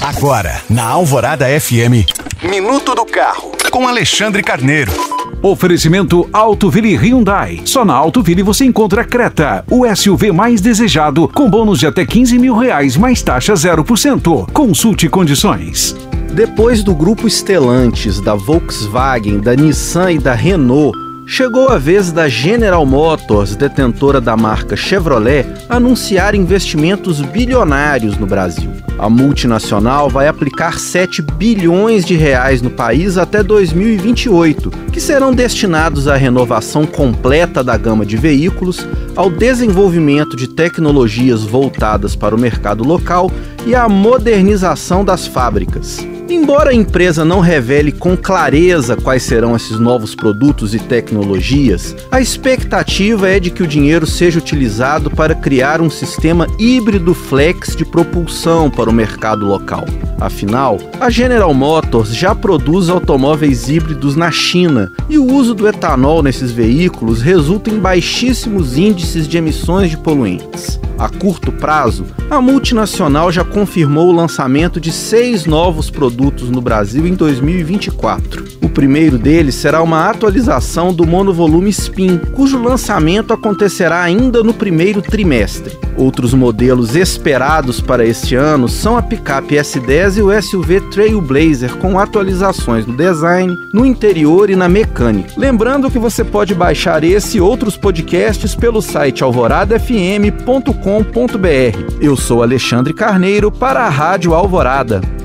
Agora, na Alvorada FM, Minuto do Carro, com Alexandre Carneiro. Oferecimento Autoville Hyundai. Só na Autoville você encontra Creta, o SUV mais desejado, com bônus de até R$15 mil, mais taxa 0%. Consulte condições. Depois do grupo Stellantis, da Volkswagen, da Nissan e da Renault, chegou a vez da General Motors, detentora da marca Chevrolet, anunciar investimentos bilionários no Brasil. A multinacional vai aplicar R$7 bilhões no país até 2028, que serão destinados à renovação completa da gama de veículos, ao desenvolvimento de tecnologias voltadas para o mercado local e à modernização das fábricas. Embora a empresa não revele com clareza quais serão esses novos produtos e tecnologias, a expectativa é de que o dinheiro seja utilizado para criar um sistema híbrido flex de propulsão para o mercado local. Afinal, a General Motors já produz automóveis híbridos na China e o uso do etanol nesses veículos resulta em baixíssimos índices de emissões de poluentes. A curto prazo, a multinacional já confirmou o lançamento de 6 novos produtos no Brasil em 2024. O primeiro deles será uma atualização do monovolume Spin, cujo lançamento acontecerá ainda no primeiro trimestre. Outros modelos esperados para este ano são a picape S10 e o SUV Trailblazer, com atualizações no design, no interior e na mecânica. Lembrando que você pode baixar esse e outros podcasts pelo site alvoradafm.com.br. Eu sou Alexandre Carneiro para a Rádio Alvorada.